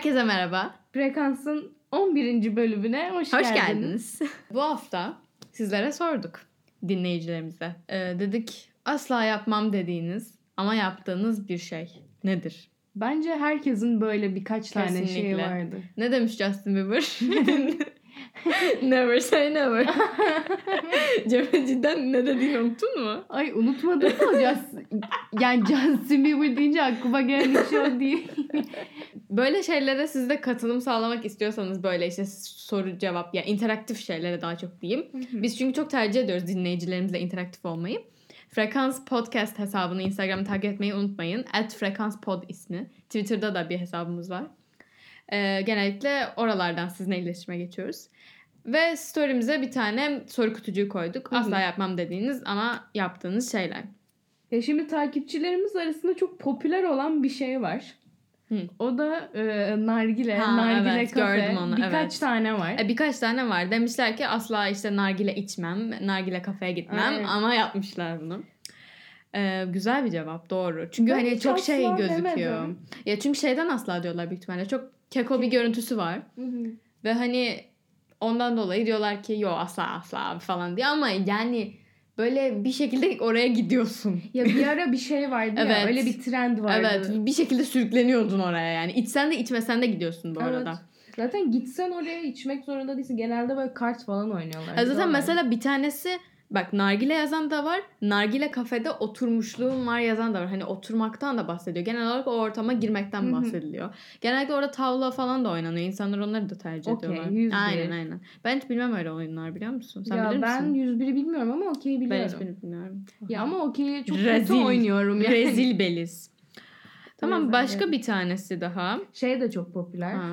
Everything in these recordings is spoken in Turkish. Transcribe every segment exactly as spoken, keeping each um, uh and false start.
Herkese merhaba. Frekans'ın on birinci bölümüne hoş, hoş geldiniz. geldiniz. Bu hafta sizlere sorduk, dinleyicilerimize. Ee, dedik asla yapmam dediğiniz ama yaptığınız bir şey nedir? Bence herkesin böyle birkaç Kesinlikle. tane şeyi vardı. Ne demiş Justin Bieber? Never say never. Cemre cidden ne dediğini unuttun mu? Ay unutmadım da Justin, yani Justin Bieber deyince aklıma gelen hiç o değil. Böyle şeylere siz de katılım sağlamak istiyorsanız böyle işte soru cevap ya yani interaktif şeylere daha çok diyeyim. Biz çünkü çok tercih ediyoruz dinleyicilerimizle interaktif olmayı. Frekans Podcast hesabını Instagram'da takip etmeyi unutmayın. at frekanspod ismi. Twitter'da da bir hesabımız var. Ee, genellikle oralardan sizinle iletişime geçiyoruz. Ve story'mize bir tane soru kutucuğu koyduk. Hı hı. Asla yapmam dediğiniz ama yaptığınız şeyler. Ya şimdi takipçilerimiz arasında çok popüler olan bir şey var. Hı. O da e, nargile, Ha, nargile evet, kafe. gördüm onu, Birkaç evet. tane var. E, birkaç tane var. Demişler ki asla işte nargile içmem, nargile kafeye gitmem Evet. ama yapmışlar bunu. Ee, güzel bir cevap, doğru. Çünkü Ben hani hiç çok şey asla gözüküyor. demedim. Ya çünkü şeyden asla diyorlar büyük ihtimalle. Çok keko bir görüntüsü var. Hı hı. Ve hani ondan dolayı diyorlar ki yo asla asla abi falan diye ama yani böyle bir şekilde oraya gidiyorsun. Ya bir ara bir şey vardı Evet. ya, öyle bir trend vardı. Evet, bir şekilde sürükleniyordun oraya yani. İçsen de içmesen de gidiyorsun bu Evet. arada. Zaten gitsen oraya içmek zorunda değilsin. Genelde böyle kart falan oynuyorlar. Ya zaten Güzel mesela bir tanesi bak nargile yazan da var. Nargile kafede oturmuşluğum var yazan da var. Hani oturmaktan da bahsediyor. Genel olarak o ortama girmekten Hı hı. bahsediliyor. Genellikle orada tavla falan da oynanıyor. İnsanlar onları da tercih Okey, ediyorlar. yüz bir. Aynen aynen. Ben hiç bilmem öyle oyunlar, biliyor musun? Sen ya bilir ben misin? yüz biri bilmiyorum ama okey Ben biliyorum. hiçbirini bilmiyorum. Ya ama okey çok Rezil. kötü oynuyorum yani. Rezil beliz. Tamam, Rezil başka beliz. bir tanesi daha. Şey de çok popüler. Ha.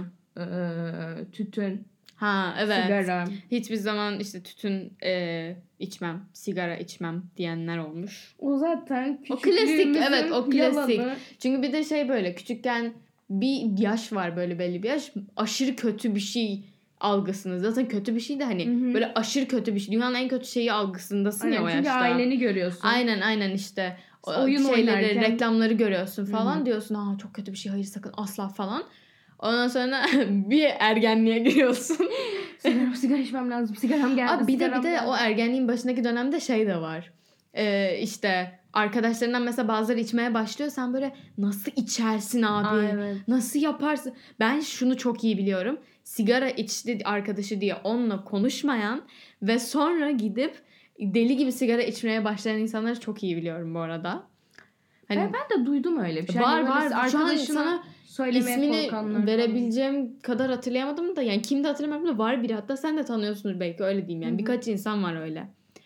Ee, tütün, Ha evet. sigara. Hiçbir zaman işte tütün e, içmem, sigara içmem diyenler olmuş. O zaten O klasik, küçüklüğümüzün evet, o klasik. yalanı. Çünkü bir de şey böyle küçükken bir yaş var, böyle belli bir yaş. Aşırı kötü bir şey algısınız. Zaten kötü bir şey de hani Hı hı. böyle aşırı kötü bir şey. Dünyanın en kötü şeyi algısındasın Aynen, ya o çünkü yaşta. aileni görüyorsun. Aynen aynen işte. O Oyun şeyleri, oynarken. reklamları görüyorsun falan, Hı hı. diyorsun. Aa çok kötü bir şey, hayır sakın asla falan. Ondan sonra bir ergenliğe giriyorsun. sigara, sigara içmem lazım. Sigaram geldi. Abi bir de sigaram bir de geldi. o ergenliğin başındaki dönemde şey de var. Ee, işte arkadaşlarından mesela bazıları içmeye başlıyor. Sen böyle nasıl içersin abi? Aa, evet. Nasıl yaparsın? Ben şunu çok iyi biliyorum. Sigara içti arkadaşı diye onunla konuşmayan ve sonra gidip deli gibi sigara içmeye başlayan insanları çok iyi biliyorum bu arada. Hani Ben, ben de duydum öyle bir şey. var Hani böyle var. Şu an arkadaşına sana söylemeye ismini korkanlar verebileceğim kadar hatırlayamadım da yani kimde hatırlamıyorum da var biri, hatta sen de tanıyorsundur belki, öyle diyeyim yani. Hı hı. Birkaç insan var öyle.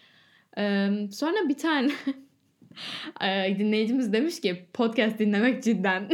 Ee, sonra bir tane Ee, dinleyicimiz demiş ki podcast dinlemek cidden.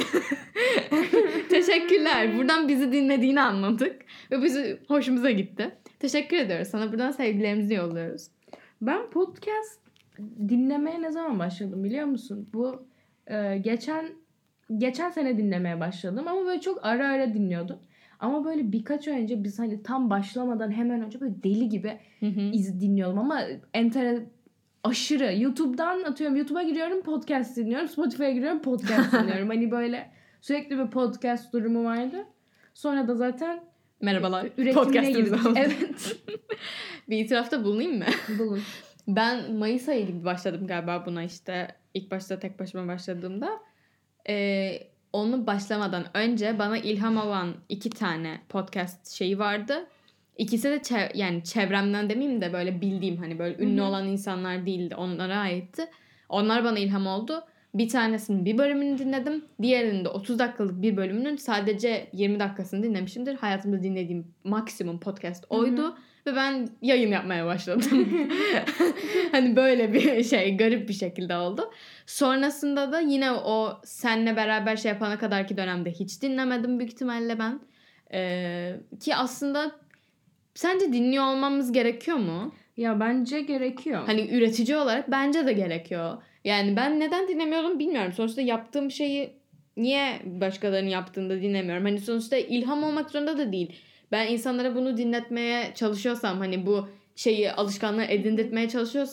Teşekkürler. Buradan bizi dinlediğini anladık ve bizi hoşumuza gitti. Teşekkür ediyoruz. Sana buradan sevgilerimizi yolluyoruz. Ben podcast dinlemeye ne zaman başladım biliyor musun? Bu e, geçen geçen sene dinlemeye başladım ama böyle çok ara ara dinliyordum. Ama böyle birkaç ay önce biz hani tam başlamadan hemen önce böyle deli gibi Hı hı. iz dinliyordum ama entere aşırı YouTube'dan atıyorum, YouTube'a giriyorum podcast dinliyorum, Spotify'a giriyorum podcast dinliyorum. Hani böyle sürekli bir podcast durumu vardı. Sonra da zaten Merhabalar. üretimine Podcast'ımız girdik. oldu. Evet. Bir itirafta bulunayım mı? Bulun. Ben Mayıs ayı gibi başladım galiba buna işte. İlk başta tek başıma başladığımda. Ee, onu başlamadan önce bana ilham olan iki tane podcast şeyi vardı. İkisi de çev- yani çevremden demeyeyim de böyle bildiğim, hani böyle ünlü Hı hı. olan insanlar değildi. Onlara aitti. Onlar bana ilham oldu. Bir tanesinin bir bölümünü dinledim. Diğerinin de otuz dakikalık bir bölümünün sadece yirmi dakikasını dinlemişimdir. Hayatımda dinlediğim maksimum podcast oydu. Hı hı. Ve ben yayın yapmaya başladım. Hani böyle bir şey, garip bir şekilde oldu. Sonrasında da yine o senle beraber şey yapana kadarki dönemde hiç dinlemedim büyük ihtimalle ben. Ee, ki aslında sence dinliyor olmamız gerekiyor mu? Ya bence gerekiyor. Hani üretici olarak bence de gerekiyor. Yani ben neden dinlemiyorum bilmiyorum. Sonuçta yaptığım şeyi niye başkalarının yaptığında dinlemiyorum? Hani sonuçta ilham olmak zorunda da değil. Ben insanlara bunu dinletmeye çalışıyorsam, hani bu şeyi, alışkanlığı edindirtmeye çalışıyorsam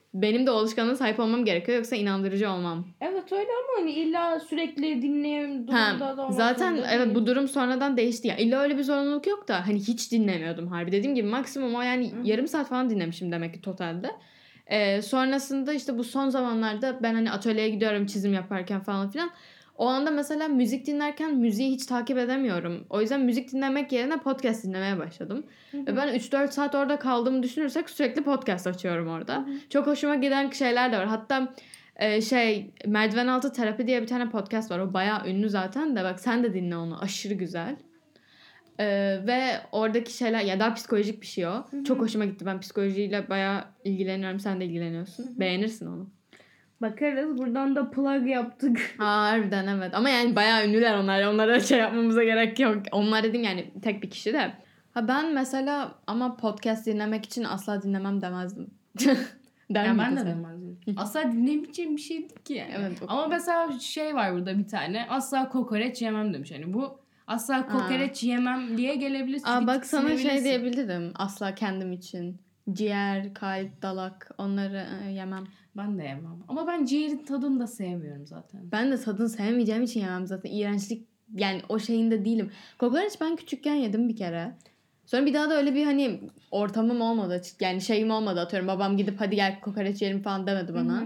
benim de o alışkanlığa sahip olmam gerekiyor. Yoksa inandırıcı olmam. Evet öyle ama hani illa sürekli dinleyen durumda da olmak zaten zorunda evet değil. bu durum sonradan değişti. Ya illa öyle bir zorunluluk yok da hani hiç dinlemiyordum harbi. Dediğim gibi maksimum o yani Hı-hı. yarım saat falan dinlemişim demek ki totalde. Ee, sonrasında işte bu son zamanlarda ben hani atölyeye gidiyorum çizim yaparken falan filan. O anda mesela müzik dinlerken müziği hiç takip edemiyorum. O yüzden müzik dinlemek yerine podcast dinlemeye başladım. Hı-hı. Ve ben üç dört saat orada kaldığımı düşünürsek sürekli podcast açıyorum orada. Hı-hı. Çok hoşuma giden şeyler de var. Hatta e, şey Merdiven Altı Terapi diye bir tane podcast var. O bayağı ünlü zaten de bak sen de dinle onu. Aşırı güzel. Ee, ve oradaki şeyler ya daha psikolojik bir şey o. Hı-hı. Çok hoşuma gitti. Ben psikolojiyle bayağı ilgileniyorum. Sen de ilgileniyorsun. Hı-hı. Beğenirsin onu. Bakarız. Buradan da plug yaptık. Aa, harbiden evet. Ama yani bayağı ünlüler onlar. Onlara şey yapmamıza gerek yok. Onlar dedim yani tek bir kişi de. Ha ben mesela ama podcast dinlemek için asla dinlemem demezdim. Der Ya miydin ben de sen? demezdim. Asla dinlemeyeceğim bir şey değil ki yani. Evet, ama mesela şey var burada bir tane. Asla kokoreç yemem demiş. Yani bu asla kokoreç yemem diye gelebilir. Aa, bak sana şey tiksinebilirsin. diyebilirim. Asla kendim için. Ciğer, kalp, dalak onları e, yemem. Ben de yemem. Ama ben ciğerin tadını da sevmiyorum zaten. Ben de tadını sevmeyeceğim için yemem zaten. İğrençlik yani o şeyinde değilim. Kokoreç ben küçükken yedim bir kere. Sonra bir daha da öyle bir hani ortamım olmadı. Yani şeyim olmadı atıyorum. Babam gidip hadi gel kokoreç yiyelim falan demedi bana.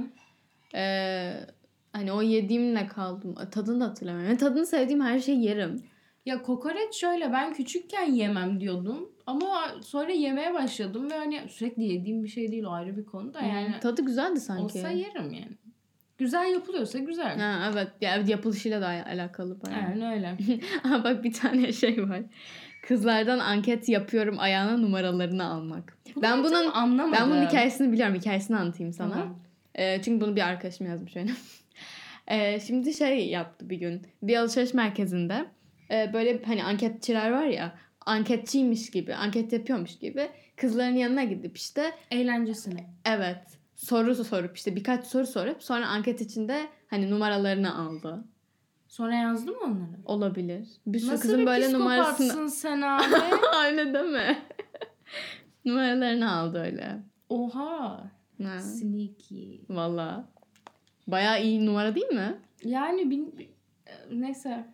Ee, hani o yediğimle kaldım. Tadını da hatırlamıyorum. Yani tadını sevdiğim her şeyi yerim. Ya kokoreç şöyle ben küçükken yemem diyordum. Ama sonra yemeye başladım ve hani sürekli yediğim bir şey değil o ayrı bir konu da yani. Hmm, tadı güzeldi sanki. Olsa yerim yani. Güzel yapılıyorsa güzel. Ha, evet. Ya, yapılışıyla da alakalı bayağı. Yani öyle. Ama bak bir tane şey var. Kızlardan anket yapıyorum ayağına numaralarını almak. Bunu ben bunun anlamadım. Ben bunun hikayesini biliyorum. Hikayesini anlatayım sana. Tamam. Ee, çünkü bunu bir arkadaşım yazmış benim. ee, şimdi şey yaptı bir gün. Bir alışveriş merkezinde e, böyle hani anketçiler var ya, anketçiymiş gibi, anket yapıyormuş gibi kızların yanına gidip işte Eğlencesine. evet soru sorup işte birkaç soru sorup sonra anket içinde hani numaralarını aldı. Sonra yazdı mı onları? Olabilir. Bir sürü Nasıl kızın bir böyle numarasını... psikopatsın sen abi? Öyle deme. Numaralarını aldı öyle. Oha. Ha. Sneaky. Valla. Bayağı iyi numara değil mi? Yani bin... neyse.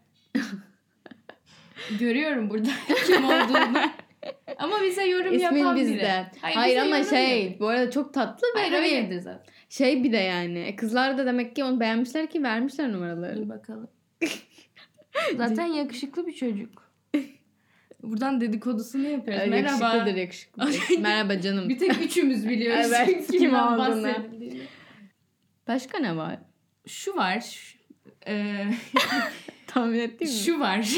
Görüyorum burada kim olduğunu. Ama bize yorum İsmin yapan bizde. biri. Hayır, Hayır ama yorum şey yok. bu arada çok tatlı ve Hayır hani hayırdır zaten. şey bir de yani kızlar da demek ki onu beğenmişler ki vermişler numaraları. Dur bakalım. Zaten yakışıklı bir çocuk. Buradan dedikodusunu yapıyoruz. Ee, Merhaba. Yakışıklıdır yakışıklıdır. Merhaba canım. Bir tek üçümüz biliyoruz. Evet, kim kimden olduğunu. bahsedildiğini. Başka ne var? Şu var. Şu, e, Tahmin ettin mi? şu var.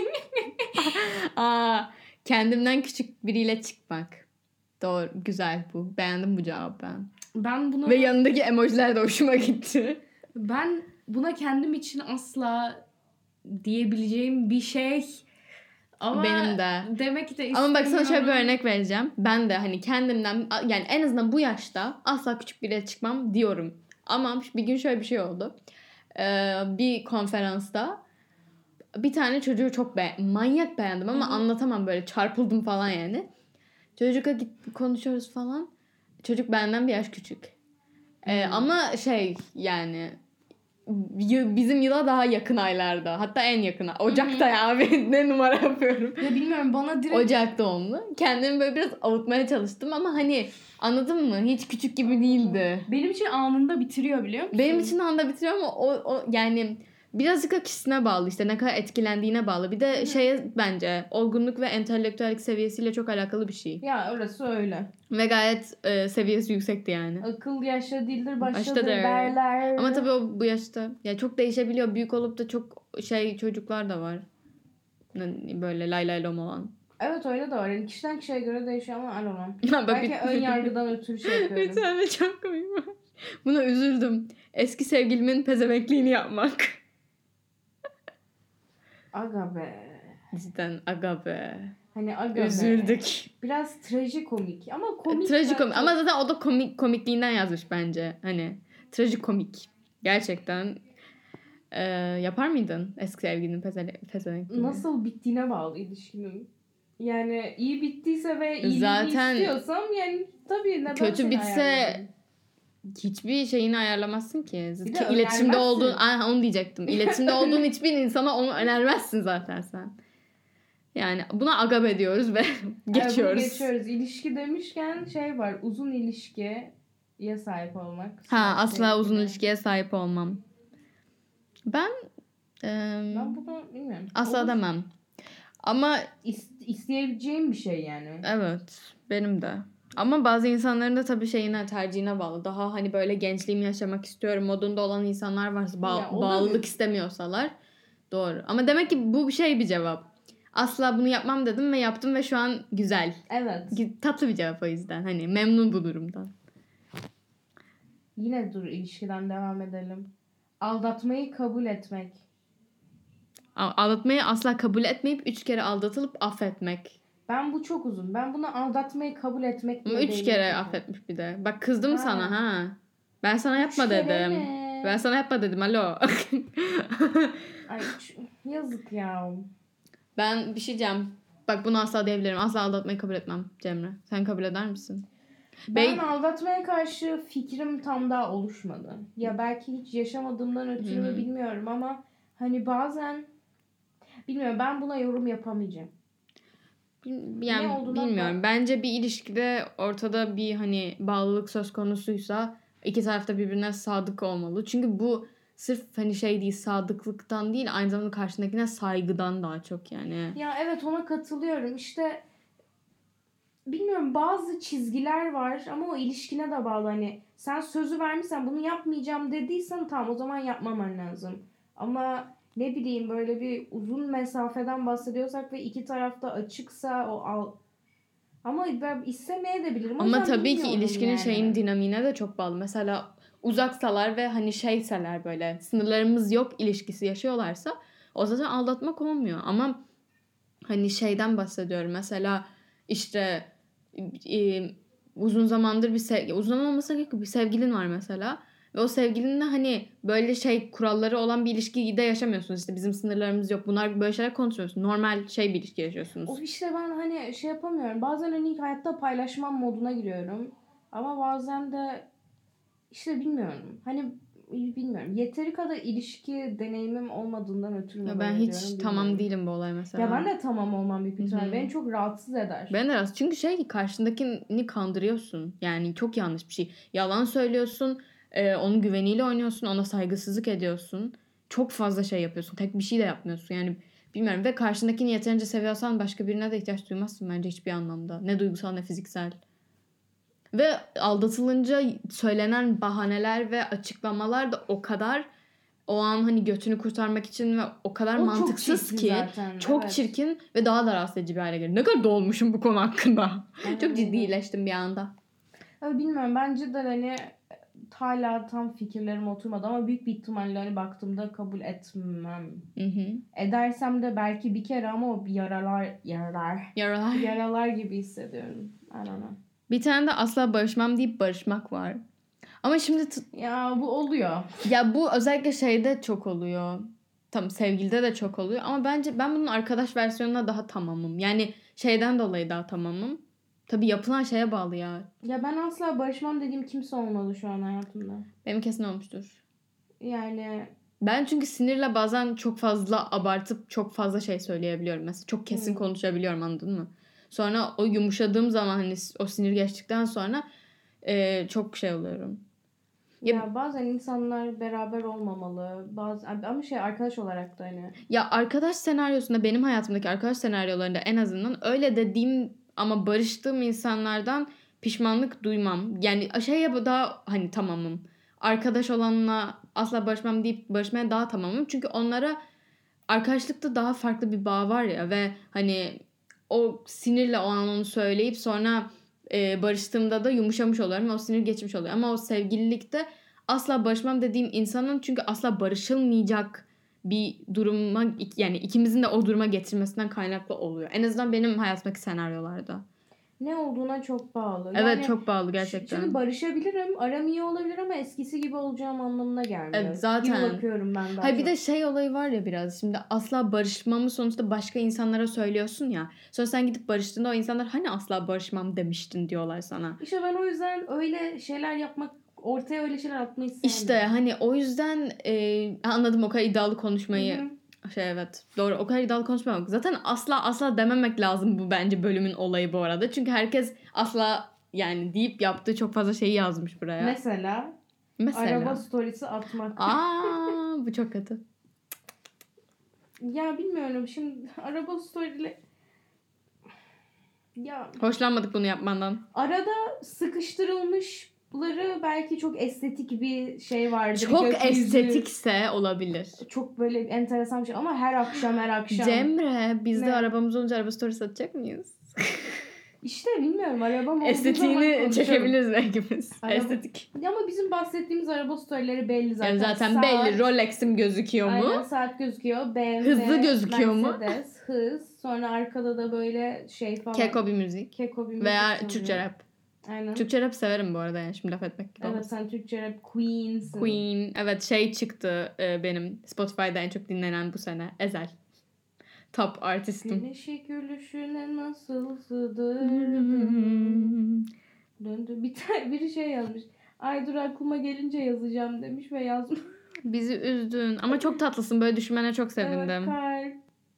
Aa, kendimden küçük biriyle çıkmak. Doğru. Güzel bu. Beğendim bu cevabı ben. Ben buna Ve yanındaki emojiler de hoşuma gitti. ben buna kendim için asla diyebileceğim bir şey. Ama Benim de. demek ki de Ama bak sana şöyle bir istemiyorum. örnek vereceğim. Ben de hani kendimden yani en azından bu yaşta asla küçük biriyle çıkmam diyorum. Ama bir gün şöyle bir şey oldu. Ee, bir konferansta bir tane çocuğu çok be manyak beğendim ama Hı-hı. anlatamam böyle çarpıldım falan yani. Çocukla git konuşuyoruz falan. Çocuk benden bir yaş küçük. Ee, Hı-hı. ama şey yani y- bizim yıla daha yakın aylarda. Hatta en yakın. Ocak'ta ya abi ne numara yapıyorum. Ya bilmiyorum bana direkt Ocak doğumlu. Kendimi böyle biraz avutmaya çalıştım ama hani anladın mı? Hiç küçük gibi değildi. benim için anında bitiriyor biliyor musun? Benim için anda bitiriyor ama o, o yani birazcık da kişisine bağlı işte ne kadar etkilendiğine bağlı. Bir de şeye bence olgunluk ve entelektüellik seviyesiyle çok alakalı bir şey. Ya orası öyle. Ve gayet e, seviyesi yüksekti yani. Akıl yaşta değildir baştadır Baştadır. derler. Ama tabii o bu yaşta ya çok değişebiliyor. Büyük olup da çok şey çocuklar da var. Böyle lay lay lom olan. Evet öyle de var. Yani kişiden kişiye göre değişiyor ama I Bak, belki bir- ön yargıdan ötürü şey yapıyorum. Bir tane çok komik var. Buna üzüldüm. Eski sevgilimin pezemekliğini yapmak. Aga be. Cidden aga be. Hani aga be. Üzüldük. Biraz trajikomik ama komik. Trajikomik belki. ama zaten o da komik komikliğinden yazmış bence. Hani trajikomik. Gerçekten. Ee, yapar mıydın eski sevgilinin peze- pezemekliğini? Nasıl bittiğine bağlı ilişkinin. Yani iyi bittiyse ve iyiliğini Zaten istiyorsam yani tabii neden kötü seni bitse ayarlayayım? hiçbir şeyini ayarlamazsın ki. Bir de İletişimde önermezsin. olduğun, Aa, onu diyecektim. İletişimde olduğun hiçbir insana onu önermezsin zaten sen. Yani buna agap diyoruz ve geçiyoruz. Evet, bunu geçiyoruz. İlişki demişken şey var. Uzun ilişkiye sahip olmak. Ha, Şey asla gibi. uzun ilişkiye sahip olmam. Ben e, Ben bunu bilmiyorum. asla Olur. demem. Ama İs- isteyebileceğim bir şey yani. evet, benim de. Ama bazı insanların da tabii şeyine, tercihine bağlı. Daha hani böyle gençliğimi yaşamak istiyorum modunda olan insanlar varsa, ba- Ya, o da bağlılık bir- istemiyorsalar doğru. Ama demek ki bu bir şey bir cevap. Asla bunu yapmam dedim ve yaptım ve şu an güzel. Evet. Tatlı bir cevap o yüzden. Hani memnun bu durumdan. Yine dur ilişkiden devam edelim. Aldatmayı kabul etmek. Aldatmayı asla kabul etmeyip üç kere aldatılıp affetmek. Ben bu çok uzun. Ben bunu aldatmayı kabul etmek diye Ama üç değilim kere yani. affetmiş bir de. Bak kızdım Ha. sana ha. Ben sana yapma Üç kere dedim. mi? Ben sana yapma dedim alo. Ay üç- yazık ya. Ben bir şey diyeceğim. Bak bunu asla diyebilirim. Asla aldatmayı kabul etmem Cemre. Sen kabul eder misin? Ben Be- aldatmaya karşı fikrim tam daha oluşmadı. Ya belki hiç yaşamadığımdan ötürü mü Hı hı. bilmiyorum ama hani bazen bilmiyorum, ben buna yorum yapamayacağım. Bil- Ne Yani olduğundan bilmiyorum. da- Bence bir ilişkide ortada bir hani bağlılık söz konusuysa iki taraf da birbirine sadık olmalı. Çünkü bu sırf hani şey değil, sadıklıktan değil, aynı zamanda karşındakine saygıdan daha çok yani. Ya evet, ona katılıyorum. İşte bilmiyorum, bazı çizgiler var ama o ilişkine de bağlı. Hani sen sözü vermişsen, bunu yapmayacağım dediysen tamam, o zaman yapmaman lazım. Ama ne bileyim, böyle bir uzun mesafeden bahsediyorsak ve iki tarafta açıksa o al. Ama ben istemeye de bilirim. O Ama yüzden tabii ki bilmiyorum ilişkinin yani. şeyin dinamiğine de çok bağlı. Mesela uzaksalar ve hani şeyseler, böyle sınırlarımız yok ilişkisi yaşıyorlarsa o zaten aldatmak olmuyor. Ama hani şeyden bahsediyorum. Mesela işte e, uzun zamandır bir sevgi, uzun zaman olmasa gerek yok, bir sevgilin var mesela. Ve o sevgilinle hani böyle şey kuralları olan bir ilişkide yaşamıyorsunuz. İşte bizim sınırlarımız yok. Bunlar böyle şeyler konuşmuyorsunuz. Normal şey bir ilişki yaşıyorsunuz. O işte ben hani şey yapamıyorum. Bazen hani hayatta paylaşmam moduna giriyorum. Ama bazen de işte bilmiyorum. Hani bilmiyorum. Yeteri kadar ilişki deneyimim olmadığından ötürü mü Ya böyle ben hiç diyorum, tamam bilmiyorum. değilim bu olay mesela. Ya ben de tamam olmam büyük ihtimal. Hı hı. Beni çok rahatsız eder. Ben de rahatsız. Çünkü şey, karşındakini kandırıyorsun. Yani çok yanlış bir şey. Yalan söylüyorsun. E, onun güveniyle oynuyorsun. Ona saygısızlık ediyorsun. Çok fazla şey yapıyorsun. Tek bir şey de yapmıyorsun. Yani bilmiyorum. Ve karşındakini yeterince seviyorsan başka birine de ihtiyaç duymazsın bence hiçbir anlamda. Ne duygusal ne fiziksel. Ve aldatılınca söylenen bahaneler ve açıklamalar da o kadar o an hani götünü kurtarmak için ve o kadar O çok mantıksız çirkin ki zaten, çok evet. çirkin ve daha da rahatsız edici bir hale geliyor. Ne kadar dolmuşum bu konu hakkında. Aynen Çok öyle. ciddileştim bir anda. Abi bilmiyorum, bence de hani hala tam fikirlerim oturmadı ama büyük bir ihtimalle hani baktığımda kabul etmem. Hı hı. Edersem de belki bir kere ama o yaralar yaralar Yaralar. yaralar gibi hissediyorum. I don't know. Bir tane de asla barışmam deyip barışmak var. Ama şimdi t- Ya bu oluyor. ya bu özellikle şeyde çok oluyor. Tam sevgilide de çok oluyor ama bence ben bunun arkadaş versiyonuna daha tamamım. Yani şeyden dolayı daha tamamım. Tabii yapılan şeye bağlı ya. Ya ben asla barışmam dediğim kimse olmadı şu an hayatımda. Benim kesin olmuştur. Yani Ben çünkü sinirle bazen çok fazla abartıp çok fazla şey söyleyebiliyorum. Mesela çok kesin Hmm. konuşabiliyorum, anladın mı? Sonra o yumuşadığım zaman hani o sinir geçtikten sonra e, çok şey oluyorum. ya, Ya- bazen insanlar beraber olmamalı. Bazı ama şey, arkadaş olarak da hani. Ya arkadaş senaryosunda, benim hayatımdaki arkadaş senaryolarında en azından öyle dediğim ama barıştığım insanlardan pişmanlık duymam. Yani şey ya, daha hani tamamım. Arkadaş olanla asla barışmam deyip barışmaya daha tamamım. Çünkü onlara arkadaşlıkta daha farklı bir bağ var ya ve hani o sinirle o an onu söyleyip sonra e, barıştığımda da yumuşamış oluyorum ve o sinir geçmiş oluyor. Ama o sevgililikte asla barışmam dediğim insanın çünkü asla barışılmayacak bir duruma, yani ikimizin de o duruma getirmesinden kaynaklı oluyor. En azından benim hayatımdaki senaryolarda. Ne olduğuna çok bağlı. Evet, Yani çok bağlı gerçekten. Şimdi barışabilirim, aram iyi olabilir ama eskisi gibi olacağım anlamına gelmiyor. Evet, zaten. Gibi bakıyorum ben daha Hayır, bir çok. de şey olayı var ya biraz. Şimdi asla barışmamı sonuçta başka insanlara söylüyorsun ya. Sonra sen gidip barıştığında o insanlar hani asla barışmam demiştin diyorlar sana. İşte ben o yüzden öyle şeyler yapmak ortaya öyle şeyler atmayı sevmiyorum. İşte hani o yüzden e, anladım o kadar iddialı konuşmayı. Hı-hı. Şey evet doğru o kadar iddialı konuşmamak. Zaten asla asla dememek lazım bu bence bölümün olayı bu arada. Çünkü herkes asla yani deyip yaptığı çok fazla şeyi yazmış buraya. Mesela? Mesela. Araba storiesi atmak. Aa bu çok kötü. Ya bilmiyorum şimdi araba story'le ya hoşlanmadık bunu yapmandan. Arada sıkıştırılmışları belki çok estetik bir şey vardır. Çok gökyüzü. Estetikse olabilir. Çok böyle enteresan bir şey ama her akşam her akşam. Cemre biz ne? de arabamız olunca araba story satacak mıyız? İşte bilmiyorum arabam olduğu estetiğini çekebiliriz belki biz. Araba... Estetik. Ama bizim bahsettiğimiz araba storyleri belli zaten. Yani zaten saat... belli. Rolex'im gözüküyor mu? Aynen saat gözüküyor. B M W, hızlı gözüküyor Mercedes, mu? Hız. Sonra arkada da böyle şey falan. Keko bir müzik. Keko bir müzik. Veya sanırım. Türkçe rap. Aynen. Türkçe rap severim bu arada yani şimdi laf etmek gibi. Evet olmasın. sen Türkçe rap queen'sin. Queen. Evet şey çıktı e, benim Spotify'da en çok dinlenen bu sene. Ezel. Top artistim. Güneşi gülüşüne nasıl sığdırdım. Döndü. Bir tane biri şey yazmış. Ay dur aklıma gelince yazacağım demiş ve yazmış. Bizi üzdün. Ama çok tatlısın. Böyle düşünmene çok sevindim. Evet kalp.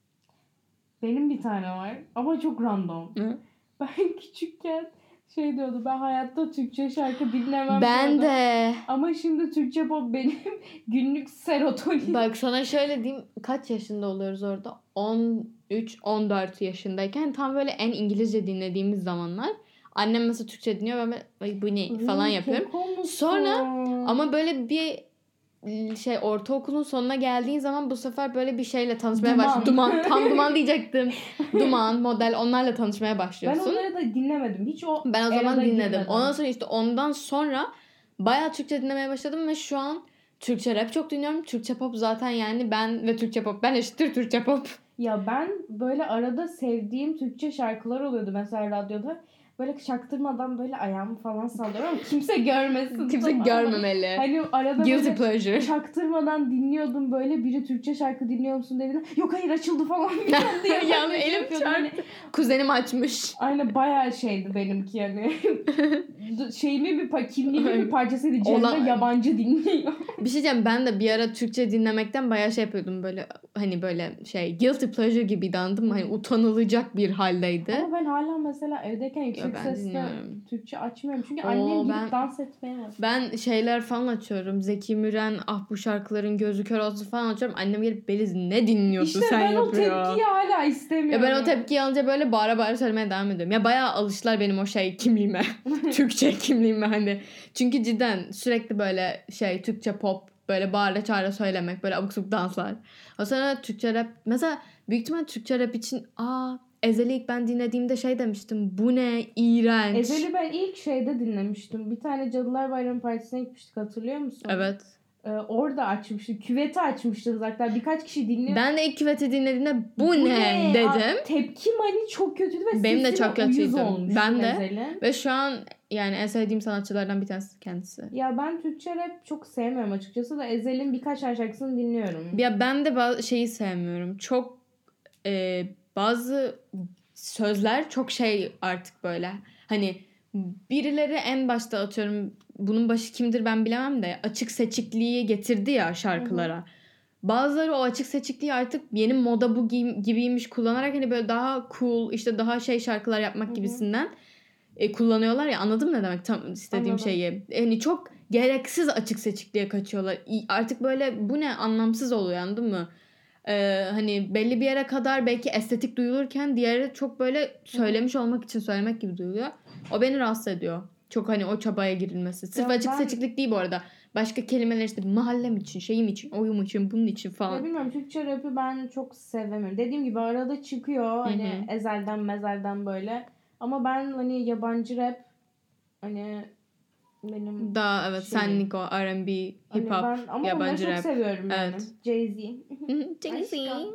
Benim bir tane var. Ama çok random. Hı? Ben küçükken şey diyordu. Ben hayatta Türkçe şarkı dinlemem. Ben diyordu. de. Ama şimdi Türkçe pop benim günlük serotonin. Bak sana şöyle diyeyim. Kaç yaşında oluyoruz orada? on üç on dört yaşındayken tam böyle en İngilizce dinlediğimiz zamanlar. Annem mesela Türkçe dinliyor ve ben bu ne falan yapıyorum. Sonra ama böyle bir şey ortaokulun sonuna geldiğin zaman bu sefer böyle bir şeyle tanışmaya başlıyorsun. Duman. Tam Duman diyecektim. Duman, Model onlarla tanışmaya başlıyorsun. Ben onları da dinlemedim. Hiç o Ben o zaman dinledim. girmedim. Ondan sonra işte ondan sonra bayağı Türkçe dinlemeye başladım ve şu an Türkçe rap çok dinliyorum. Türkçe pop zaten yani ben ve Türkçe pop. Ben eşittir Türkçe pop. Ya ben böyle arada sevdiğim Türkçe şarkılar oluyordu mesela radyoda. Böyle çaktırmadan böyle ayağımı falan sallıyorum ama kimse görmesin. Kimse görmemeli. Hani arada Guilty böyle pleasure. çaktırmadan dinliyordum böyle biri Türkçe şarkı dinliyor musun dediğinde yok hayır açıldı falan filan diye. Yani elim çarptı. Kuzenim açmış. Aynen bayağı şeydi benimki yani. Şeyimin bir pa- kimliğimin bir parçasıydı. Cemre Olan... yabancı dinliyor. Bir şey diyeceğim ben de bir ara Türkçe dinlemekten bayağı şey yapıyordum böyle hani böyle şey guilty pleasure gibiydi anladın mı? Hani utanılacak bir haldeydi. Ama ben hala mesela evdeyken yüksek ben sesle dinliyorum. Türkçe açmıyorum. Çünkü Oo, annem gidip ben, dans etmeye var. Ben şeyler falan açıyorum. Zeki Müren, ah bu şarkıların gözü kör olsun falan açıyorum. Annem gelip Beliz ne dinliyorsun işte sen yapıyor. İşte ben o tepkiyi hala istemiyorum. Ya ben o tepkiyi alınca böyle bağıra bağıra söylemeye devam ediyorum. Ya bayağı alıştılar benim o şey kimliğime. Türkçe kimliğime hani. Çünkü cidden sürekli böyle şey Türkçe pop böyle bağıra çağıra söylemek böyle abuk sabuk danslar. O sonra Türkçe rap mesela büyük ihtimal Türkçe rap için aa Ezel'i ilk ben dinlediğimde şey demiştim. Bu ne? İğrenç. Ezel'i ben ilk şeyde dinlemiştim. Bir tane Cadılar Bayramı Partisi'ne gitmiştik hatırlıyor musun? Evet. Ee, orada açmıştık. Küveti açmıştınız hatta. Birkaç kişi dinliyor. Ben de ilk küveti dinlediğimde bu, bu ne? ne dedim. Aa, tepkim hani çok kötüydü ve benim de çok kötüydü. Ben de. Ezel'in. Ve şu an yani en sevdiğim sanatçılardan bir tanesi kendisi. Ya ben Türkçe rap çok sevmiyorum açıkçası da Ezel'in birkaç şarkısını dinliyorum. Ya ben de bazı şeyi sevmiyorum. Çok e, bazı sözler çok şey artık böyle. Hani birileri en başta atıyorum bunun başı kimdir ben bilemem de açık seçikliği getirdi ya şarkılara. Hı hı. Bazıları o açık seçikliği artık yeni moda bu gibiymiş kullanarak hani böyle daha cool işte daha şey şarkılar yapmak Hı-hı. gibisinden e, kullanıyorlar ya anladın mı ne demek tam istediğim Anladım. şeyi. Yani çok gereksiz açık seçikliğe kaçıyorlar. Artık böyle bu ne anlamsız oluyor anladın mı? Ee, hani belli bir yere kadar belki estetik duyulurken diğeri çok böyle söylemiş Hı-hı. olmak için söylemek gibi duyuluyor. O beni rahatsız ediyor. Çok hani o çabaya girilmesi. Sırf ya açık ben... seçiklik değil bu arada. Başka kelimeler işte mahallem için, şeyim için, oyum için, bunun için falan. Ya bilmiyorum Türkçe rap'i ben çok sevemiyorum. Dediğim gibi arada çıkıyor hani Hı-hı. ezelden mezelden böyle. Ama ben hani yabancı rap hani benim daha evet şeyim. Senlik o R and B, hip hop, hani ama yabancı rap. Ama çok seviyorum yani. Evet. Jay-Z. Jay-Z.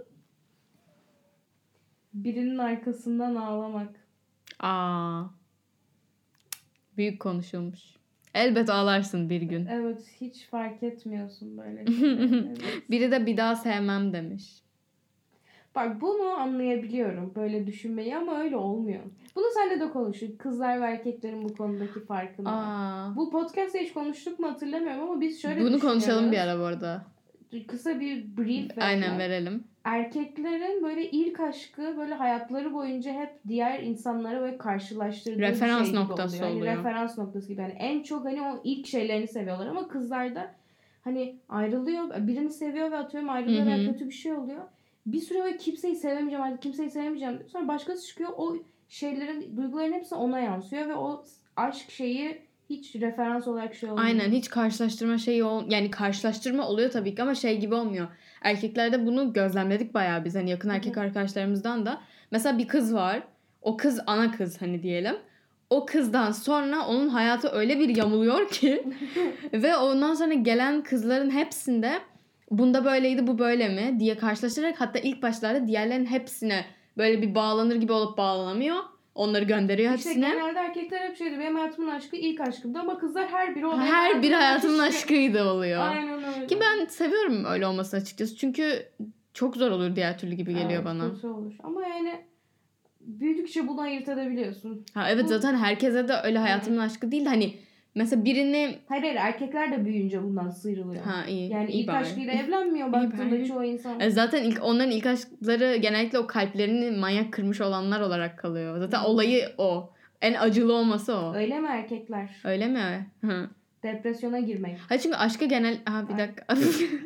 Birinin arkasından ağlamak. Aa. Büyük konuşulmuş. Elbet ağlarsın bir gün. Evet hiç fark etmiyorsun böyle. Evet. Biri de bir daha sevmem demiş. Bak bunu anlayabiliyorum böyle düşünmeyi ama öyle olmuyor. Bunu seninle de konuştuk. Kızlar ve erkeklerin bu konudaki farkını. Aa. Bu podcast'ta hiç konuştuk mu hatırlamıyorum ama biz şöyle Bunu düşünüyoruz. konuşalım bir ara bu arada. Kısa bir brief verelim. Aynen verelim. Erkeklerin böyle ilk aşkı böyle hayatları boyunca hep diğer insanlara böyle karşılaştırdığı referans bir şey gibi noktası oluyor. oluyor. Yani referans noktası gibi. Yani en çok hani o ilk şeylerini seviyorlar ama kızlarda hani ayrılıyor, birini seviyor ve atıyorum ayrılıyor veya kötü bir şey oluyor. Bir süre böyle kimseyi sevemeyeceğim artık kimseyi sevemeyeceğim. Sonra başkası çıkıyor o şeylerin, duyguların hepsi ona yansıyor ve o aşk şeyi hiç referans olarak şey olmuyor. Aynen hiç karşılaştırma şeyi ol yani karşılaştırma oluyor tabii ki ama şey gibi olmuyor. Erkeklerde bunu gözlemledik bayağı biz hani yakın erkek Hı-hı. arkadaşlarımızdan da. Mesela bir kız var. O kız ana kız hani diyelim. O kızdan sonra onun hayatı öyle bir yamuluyor ki ve ondan sonra gelen kızların hepsinde bunda böyleydi bu böyle mi diye karşılaştırarak hatta ilk başlarda diğerlerin hepsine böyle bir bağlanır gibi olup bağlanamıyor. Onları gönderiyor İşte hepsine. genelde erkekler hep şeydi benim hayatımın aşkı ilk aşkımdı ama kızlar her biri o benim Her biri hayatımın aşkı. aşkıydı oluyor. Aynen öyle. Ki ben seviyorum öyle olmasını açıkçası. Çünkü çok zor olur diğer türlü gibi geliyor evet, bana. kötü olur. Ama yani büyüdükçe bunu ayırt edebiliyorsun. Ha evet Bu... zaten herkese de öyle hayatımın evet. aşkı değil de hani mesela birini... Hayır hayır erkekler de büyüyünce bundan sıyrılıyor. Ha iyi. Yani iyi ilk bari. aşkıyla evlenmiyor baktığında çoğu insan. E zaten ilk onların ilk aşkları genellikle o kalplerini manyak kırmış olanlar olarak kalıyor. Zaten hmm. olayı o. En acılı olması o. Öyle mi erkekler? Öyle mi? Hı. Depresyona girmek. Hayır çünkü aşkı genel... Ha bir dakika.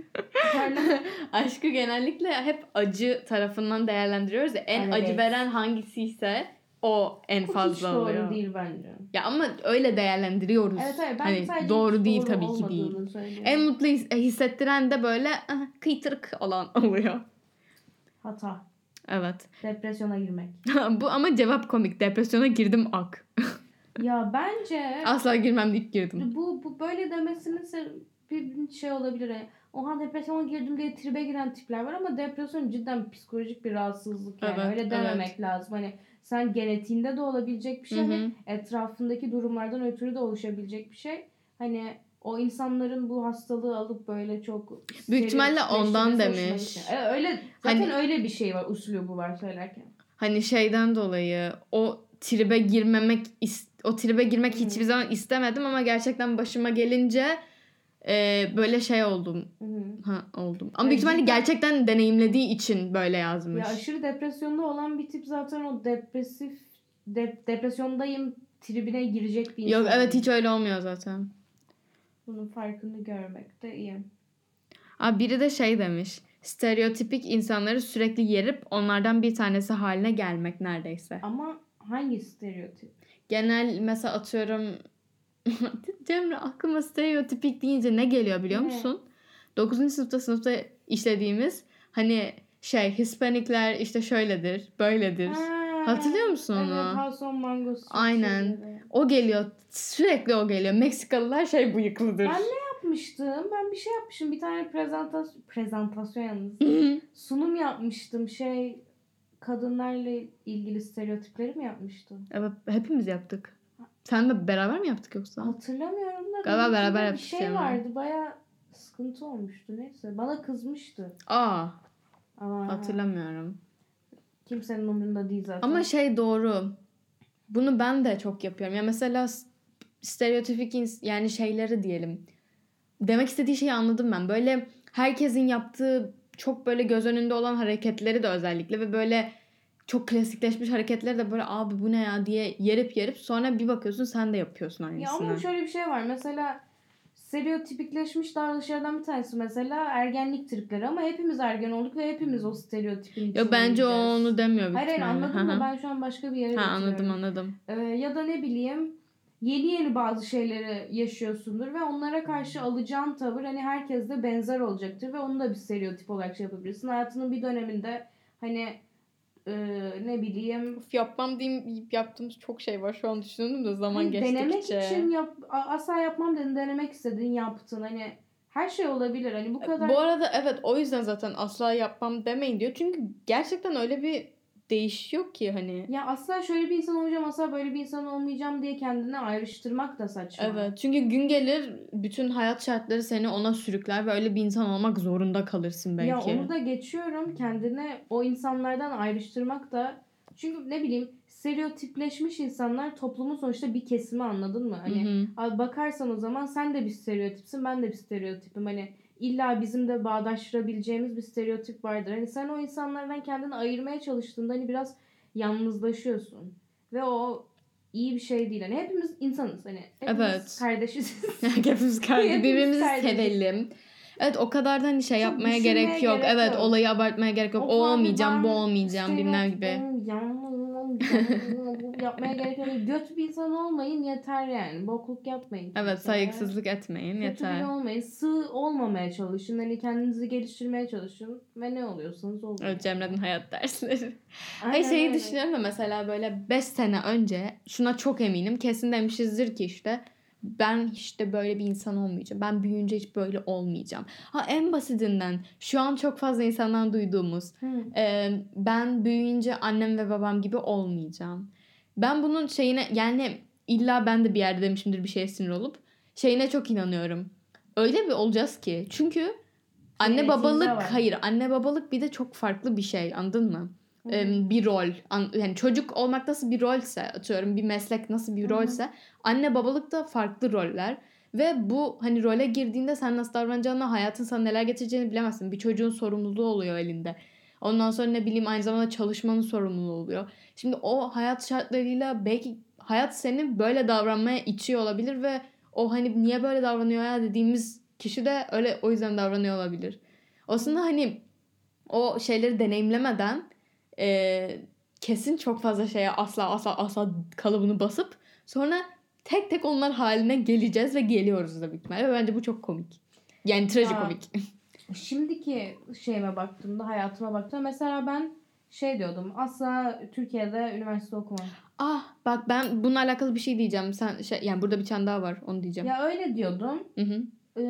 Aşkı genellikle hep acı tarafından değerlendiriyoruz ya. En evet. acı veren hangisiyse o en Bu fazla hiç oluyor. doğru değil bence. Ya ama öyle değerlendiriyoruz. Evet evet ben hani sadece doğru değil doğru tabii ki değil. Söylüyorum. En mutlu hissettiren de böyle kıytırık olan oluyor. Hata. Evet. Depresyona girmek. Bu ama cevap komik. Depresyona girdim ak. Ya bence asla girmem deyip girdim. Bu bu böyle demesinin bir şey olabilir. Oha depresyona girdim diye tribe giren tipler var ama depresyon cidden psikolojik bir rahatsızlık yani. Evet, öyle dememek evet. lazım. Hani sen genetiğinde de olabilecek bir şey, hani etrafındaki durumlardan ötürü de oluşabilecek bir şey. Hani o insanların bu hastalığı alıp böyle çok büyük ihtimalle ondan demiş. Şey. Öyle zaten hani, öyle bir şey var, uslubu var söylerken. Hani şeyden dolayı o tribe girmemek o tribe girmek Hı-hı. hiçbir zaman istemedim ama gerçekten başıma gelince e, böyle şey oldum. Hı-hı. Ha oldum. Ama yani büyük ihtimalle gerçekten deneyimlediği için böyle yazmış. Ya aşırı depresyonda olan bir tip zaten o depresif de, depresyondayım tribine girecek bir insan. Yok evet hiç öyle olmuyor zaten. Bunun farkını görmek de iyi. Abi biri de şey demiş. Stereotipik insanları sürekli yerip onlardan bir tanesi haline gelmek neredeyse. Ama hangi stereotip? Genel mesela atıyorum Cemre aklıma stereotipik deyince ne geliyor biliyor musun? dokuzuncu sınıfta sınıfta işlediğimiz hani şey Hispanikler işte şöyledir, böyledir. Ha, hatırlıyor musun onu? Evet, House on Mangos. Aynen. Şeyleri. O geliyor. Sürekli o geliyor. Meksikalılar şey bıyıklıdır. Ben ne yapmıştım? Ben bir şey yapmışım. Bir tane prezentasyon prezentasyon yalnız. Sunum yapmıştım. Şey kadınlarla ilgili stereotipleri mi yapmıştım? Evet, hepimiz yaptık. Sen de beraber mi yaptık yoksa? Hatırlamıyorum da. Galiba beraber yaptık. Bir şey yani. Vardı. Baya sıkıntı olmuştu. Neyse. Bana kızmıştı. Aa. Ama hatırlamıyorum. Kimsenin umurunda değil zaten. Ama şey doğru. Bunu ben de çok yapıyorum. Ya mesela stereotipik ins- yani şeyleri diyelim. Demek istediği şeyi anladım ben. Böyle herkesin yaptığı çok böyle göz önünde olan hareketleri de özellikle ve böyle çok klasikleşmiş hareketleri de böyle abi bu ne ya diye yerip yerip sonra bir bakıyorsun sen de yapıyorsun aynısını. Ya ama şöyle bir şey var. Mesela stereotipikleşmiş davranışlardan bir tanesi mesela ergenlik tripleri ama hepimiz ergen olduk ve hepimiz o stereotipin içinde. Ya bence o onu demiyor. Hayır hayır anladım mı? Ben şu an başka bir yere ha, anladım anladım. Ee, ya da ne bileyim yeni yeni bazı şeyleri yaşıyorsundur ve onlara karşı alacağın tavır hani herkeste benzer olacaktır ve onu da bir stereotip olarak şey yapabilirsin. Hayatının bir döneminde hani Ee, ne bileyim Uf, yapmam diyeyim yaptığımız çok şey var şu an düşündüm de zaman hani geçtikçe. Denemek için yap, asla yapmam dedin, denemek istedin yaptın hani her şey olabilir hani bu kadar. Bu arada evet o yüzden zaten asla yapmam demeyin diyor çünkü gerçekten öyle bir değişiyor ki hani. Ya asla şöyle bir insan olacağım, asla böyle bir insan olmayacağım diye kendini ayrıştırmak da saçma. Evet. Çünkü gün gelir bütün hayat şartları seni ona sürükler ve öyle bir insan olmak zorunda kalırsın belki. Ya onu da geçiyorum. Kendini o insanlardan ayrıştırmak da, çünkü ne bileyim, stereotipleşmiş insanlar toplumun sonuçta bir kesimi, anladın mı? Hani abi bakarsan o zaman sen de bir stereotipsin, ben de bir stereotipim. Hani illa bizim de bağdaştırabileceğimiz bir stereotip vardır. Hani sen o insanlardan kendini ayırmaya çalıştığında hani biraz yalnızlaşıyorsun. Ve o iyi bir şey değil. Hani hepimiz insanız. Hani hepimiz Evet. kardeşiz. hepimiz kardeşiz. Birbirimizi sevelim. Evet, o kadar da hani şey Çok yapmaya gerek yok. gerek Evet, yok. olayı abartmaya gerek yok. O, o olmayacağım, bu olmayacağım bilmem gibi. Yapmaya gerek yok. Göt bir insan olmayın yeter yani. Bokluk yapmayın. Evet, saygısızlık etmeyin Kötü yeter. biri olmayın. Sığ olmamaya çalışın. Hani kendinizi geliştirmeye çalışın. Ve ne oluyorsanız olun. Evet, Cemre'nin hayat dersleri. Aynen Hayır, şeyi öyle. düşünüyorum da mesela böyle beş sene önce şuna çok eminim. Kesin demişizdir ki işte ben işte böyle bir insan olmayacağım. Ben büyüyünce hiç böyle olmayacağım. Ha, en basitinden şu an çok fazla insandan duyduğumuz e, ben büyüyünce annem ve babam gibi olmayacağım. Ben bunun şeyine, yani illa ben de bir yerde demişimdir bir şeye sinir olup şeyine çok inanıyorum. Öyle bir olacağız ki. Çünkü anne babalık hayır anne babalık bir de çok farklı bir şey, anladın mı? Ee, bir rol. Yani çocuk olmak nasıl bir rolse, atıyorum bir meslek nasıl bir rolse, Hı-hı. anne babalık da farklı roller. Ve bu hani role girdiğinde sen nasıl davranacağını, hayatın sana neler getireceğini bilemezsin. Bir çocuğun sorumluluğu oluyor elinde. Ondan sonra ne bileyim aynı zamanda çalışmanın sorumluluğu oluyor. Şimdi o hayat şartlarıyla belki hayat seni böyle davranmaya itiyor olabilir ve o hani niye böyle davranıyor ya dediğimiz kişi de öyle o yüzden davranıyor olabilir. Aslında hani o şeyleri deneyimlemeden e, kesin çok fazla şeye asla asla asla kalıbını basıp sonra tek tek onlar haline geleceğiz ve geliyoruz da büyük ihtimalle. Bence bu çok komik. Yani trajikomik. Şimdiki şeyime baktığımda, hayatıma baktığımda mesela ben şey diyordum. Asla Türkiye'de üniversite okumam. Ah bak, ben bununla alakalı bir şey diyeceğim. Sen şey, yani burada bir tane daha var, onu diyeceğim. Ya öyle diyordum. Hı hı. Ee,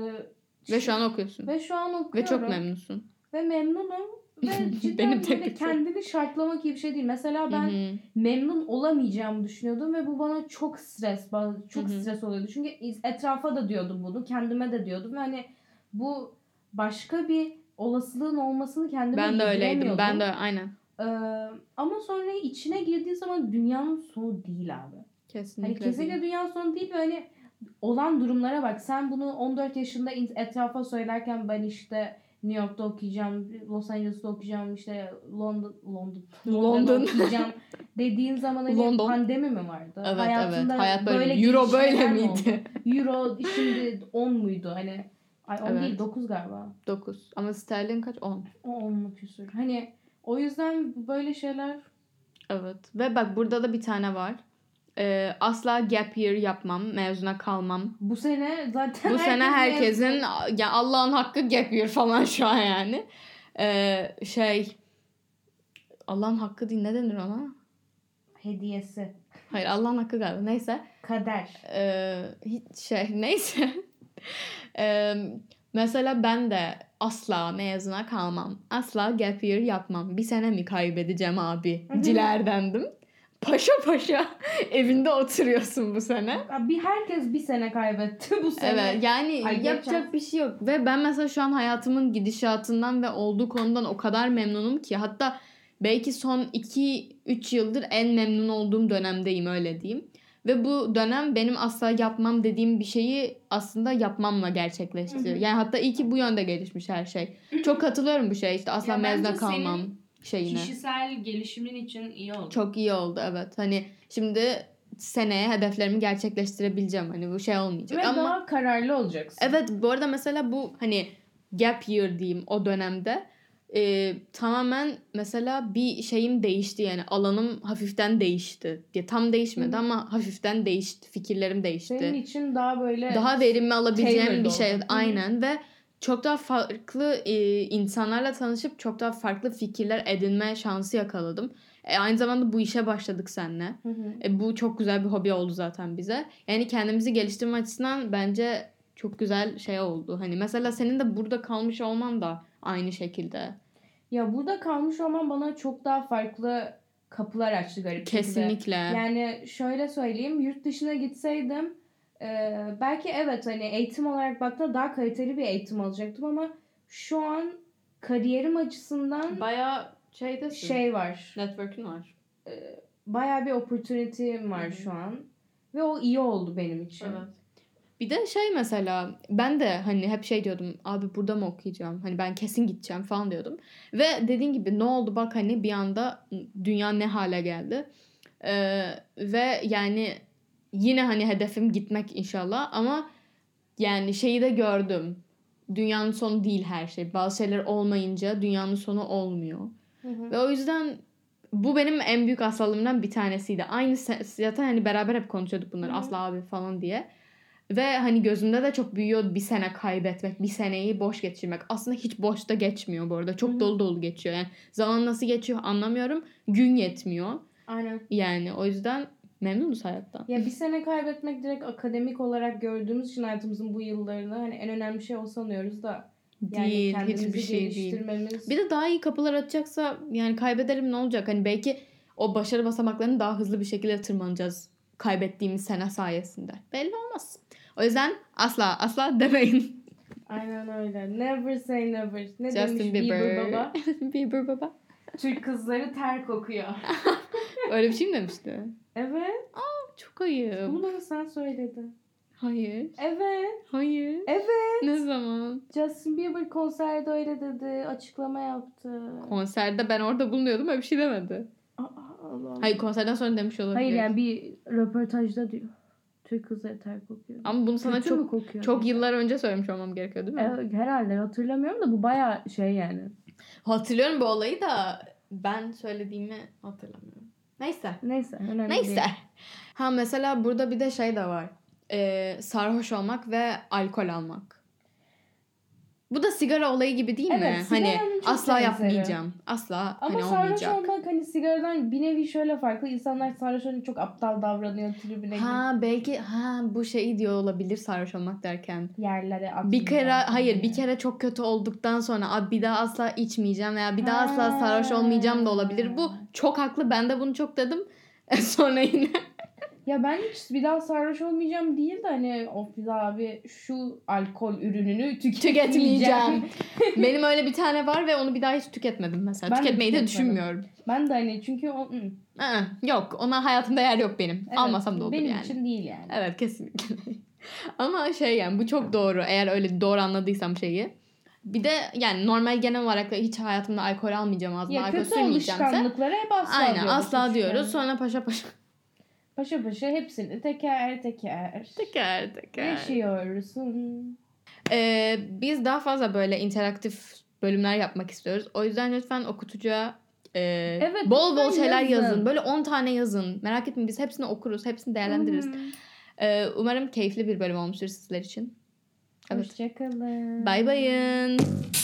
ve şu an okuyorsun. Ve şu an okuyorum. Ve çok memnunsun. Ve memnunum. Ve cidden Benim böyle kendini şartlamak gibi bir şey değil. Mesela ben Hı-hı. memnun olamayacağımı düşünüyordum ve bu bana çok stres, çok Hı-hı. stres oluyordu. Çünkü etrafa da diyordum bunu, kendime de diyordum. Ve hani bu başka bir olasılığın olmasını kendime Ben de öyleydim. Ben de aynen. Ee, ama sonra içine girdiği zaman dünyanın sonu değil abi. Kesinlikle hani kesinlikle değil. Dünyanın sonu değil ve hani olan durumlara bak. Sen bunu on dört yaşında etrafa söylerken ben işte New York'ta okuyacağım, Los Angeles'ta okuyacağım, işte London London London okuyacağım dediğin zaman hani London. Pandemi mi vardı? Evet, Hayatında evet. Hayat böyle, böyle Euro böyle miydi? Euro şimdi on muydu? Hani ay on evet. değil dokuz galiba. dokuz. Ama sterlin kaç? on. O onlu küsür. Hani o yüzden böyle şeyler. Evet. Ve bak burada da bir tane var. Ee, asla gap year yapmam. Mezuna kalmam. Bu sene zaten Bu sene herkesin mezun. Ya Allah'ın hakkı gap year falan şu an yani. Ee, şey Allah'ın hakkı değil, ne denir ona? Hediyesi. Hayır, Allah'ın hakkı galiba. Neyse. Kader. Ee, hiç şey neyse. ee, mesela ben de asla mezuna kalmam. Asla gap year yapmam. Bir sene mi kaybedeceğim abi? Cilerdendim. Paşa paşa evinde oturuyorsun bu sene. Bir herkes bir sene kaybetti bu sene. Evet, yani Ay, yapacak geçen... bir şey yok. Ve ben mesela şu an hayatımın gidişatından ve olduğu konudan o kadar memnunum ki. Hatta belki son iki üç yıldır en memnun olduğum dönemdeyim, öyle diyeyim. Ve bu dönem benim asla yapmam dediğim bir şeyi aslında yapmamla gerçekleşti. Yani hatta iyi ki bu yönde gelişmiş her şey. Çok katılıyorum bu şeye, işte asla ya mezuna kalmam şeyine. Kişisel gelişimin için iyi oldu. Çok iyi oldu, evet. Hani şimdi seneye hedeflerimi gerçekleştirebileceğim. Hani bu şey olmayacak. Ve ama daha kararlı olacaksın. Evet, bu arada mesela bu hani gap year diyeyim o dönemde e, tamamen mesela bir şeyim değişti, yani alanım hafiften değişti. Ya tam değişmedi Hı. ama hafiften değişti. Fikirlerim değişti. Senin için daha böyle daha verimli alabileceğim bir şey. Oldu. Aynen Hı. ve çok daha farklı e, insanlarla tanışıp çok daha farklı fikirler edinme şansı yakaladım. E, aynı zamanda bu işe başladık seninle. Hı hı. E, bu çok güzel bir hobi oldu zaten bize. Yani kendimizi geliştirme açısından bence çok güzel şey oldu. Hani mesela senin de burada kalmış olman da aynı şekilde. Ya burada kalmış olmam bana çok daha farklı kapılar açtı garip şekilde. Kesinlikle. Yani şöyle söyleyeyim, yurt dışına gitseydim e, belki evet hani eğitim olarak baktığımda daha kaliteli bir eğitim alacaktım ama şu an kariyerim açısından bayağı şeydesin. şey var. Network'ün var. E, bayağı bir opportunity'm var Hı-hı. şu an. Ve o iyi oldu benim için. Evet. Bir de şey mesela ben de hani hep şey diyordum, abi burada mı okuyacağım? Hani ben kesin gideceğim falan diyordum. Ve dediğin gibi ne oldu bak hani bir anda dünya ne hale geldi. Ee, ve yani yine hani hedefim gitmek inşallah ama yani şeyi de gördüm. Dünyanın sonu değil her şey. Bazı şeyler olmayınca dünyanın sonu olmuyor. Hı hı. Ve o yüzden bu benim en büyük hastalığımdan bir tanesiydi. Aynı zaten hani beraber hep konuşuyorduk bunları. Hı hı. Asla abi falan diye. Ve hani gözümde de çok büyüyor bir sene kaybetmek, bir seneyi boş geçirmek. Aslında hiç boşta geçmiyor bu arada. Çok Hı-hı. dolu dolu geçiyor. Yani zaman nasıl geçiyor anlamıyorum. Gün yetmiyor. Aynen. Yani o yüzden memnunuz hayattan. Ya bir sene kaybetmek direkt akademik olarak gördüğümüz için hayatımızın bu yıllarını hani en önemli şey o sanıyoruz da. Yani değil, kendimizi hiçbir şey geliştirmemiz. değil. Bir de daha iyi kapılar açacaksa yani kaybedelim ne olacak? Hani belki o başarı basamaklarını daha hızlı bir şekilde tırmanacağız kaybettiğimiz sene sayesinde. Belli olmaz. O yüzden asla asla demeyin. Aynen öyle. Never say never. Ne Justin demiş Bieber. Bieber baba? Bieber baba. Türk kızları ter kokuyor. Öyle bir şey mi demişti? Evet. Aa, çok ayıp. Bunu bana sen söyledin. Hayır. Evet. Hayır. Evet. Ne zaman? Justin Bieber konserde öyle dedi. Açıklama yaptı. Konserde ben orada bulunuyordum. Öyle bir şey demedi. Aa, Allah. Hayır konserden sonra demiş olabilir. Hayır yani bir röportajda diyor. Türk kızları ter kokuyor. Ama bunu sana Kötü çok çok diye. yıllar önce söylemiş olmam gerekiyor değil mi? Evet, herhalde hatırlamıyorum da bu baya şey yani. Hatırlıyorum bu olayı da ben söylediğimi hatırlamıyorum. Neyse. Neyse. Önemli Neyse. değil. Ha mesela burada bir de şey de var. Ee, sarhoş olmak ve alkol almak. Bu da sigara olayı gibi değil evet, mi? Hani asla benzeri. yapmayacağım. Asla Ama hani sarhoş olmayacak. olmak hani sigaradan bir nevi şöyle farklı. İnsanlar sarhoş olunca çok aptal davranıyor tribüne. Ha gibi. Belki ha bu şeyi diyor olabilir sarhoş olmak derken. Yerlere atmayacağım. Bir kere hayır yani. Bir kere çok kötü olduktan sonra abi bir daha asla içmeyeceğim veya bir ha. daha asla sarhoş olmayacağım da olabilir. Bu çok haklı. Ben de bunu çok dedim. Sonra yine ya ben hiç bir daha sarhoş olmayacağım değil de hani of bir daha abi şu alkol ürününü tüketmeyeceğim. Benim öyle bir tane var ve onu bir daha hiç tüketmedim mesela. Ben Tüketmeyi de, de düşünmüyorum. Ben de hani çünkü o... Aa, yok ona hayatımda yer yok benim. Evet, almasam da olur benim yani. Benim için değil yani. Evet kesinlikle. Ama şey yani bu çok doğru. Eğer öyle doğru anladıysam şeyi. Bir de yani normal genel olarak hiç hayatımda alkol almayacağım ağzıma alkol sürmeyeceğimse. Ya kötü alışkanlıklara hep asla aynen, diyoruz. asla diyoruz. Sonra paşa paşa. Paşa paşa hepsini teker teker. Teker teker. Yaşıyorsun. Ee, biz daha fazla böyle interaktif bölümler yapmak istiyoruz. O yüzden lütfen okutucuya e, evet, bol bol şeyler yazın. yazın. Böyle on tane yazın. Merak etmeyin biz hepsini okuruz. Hepsini değerlendiririz. Ee, umarım keyifli bir bölüm olmuştur sizler için. Evet. Hoşçakalın. Bye bayın.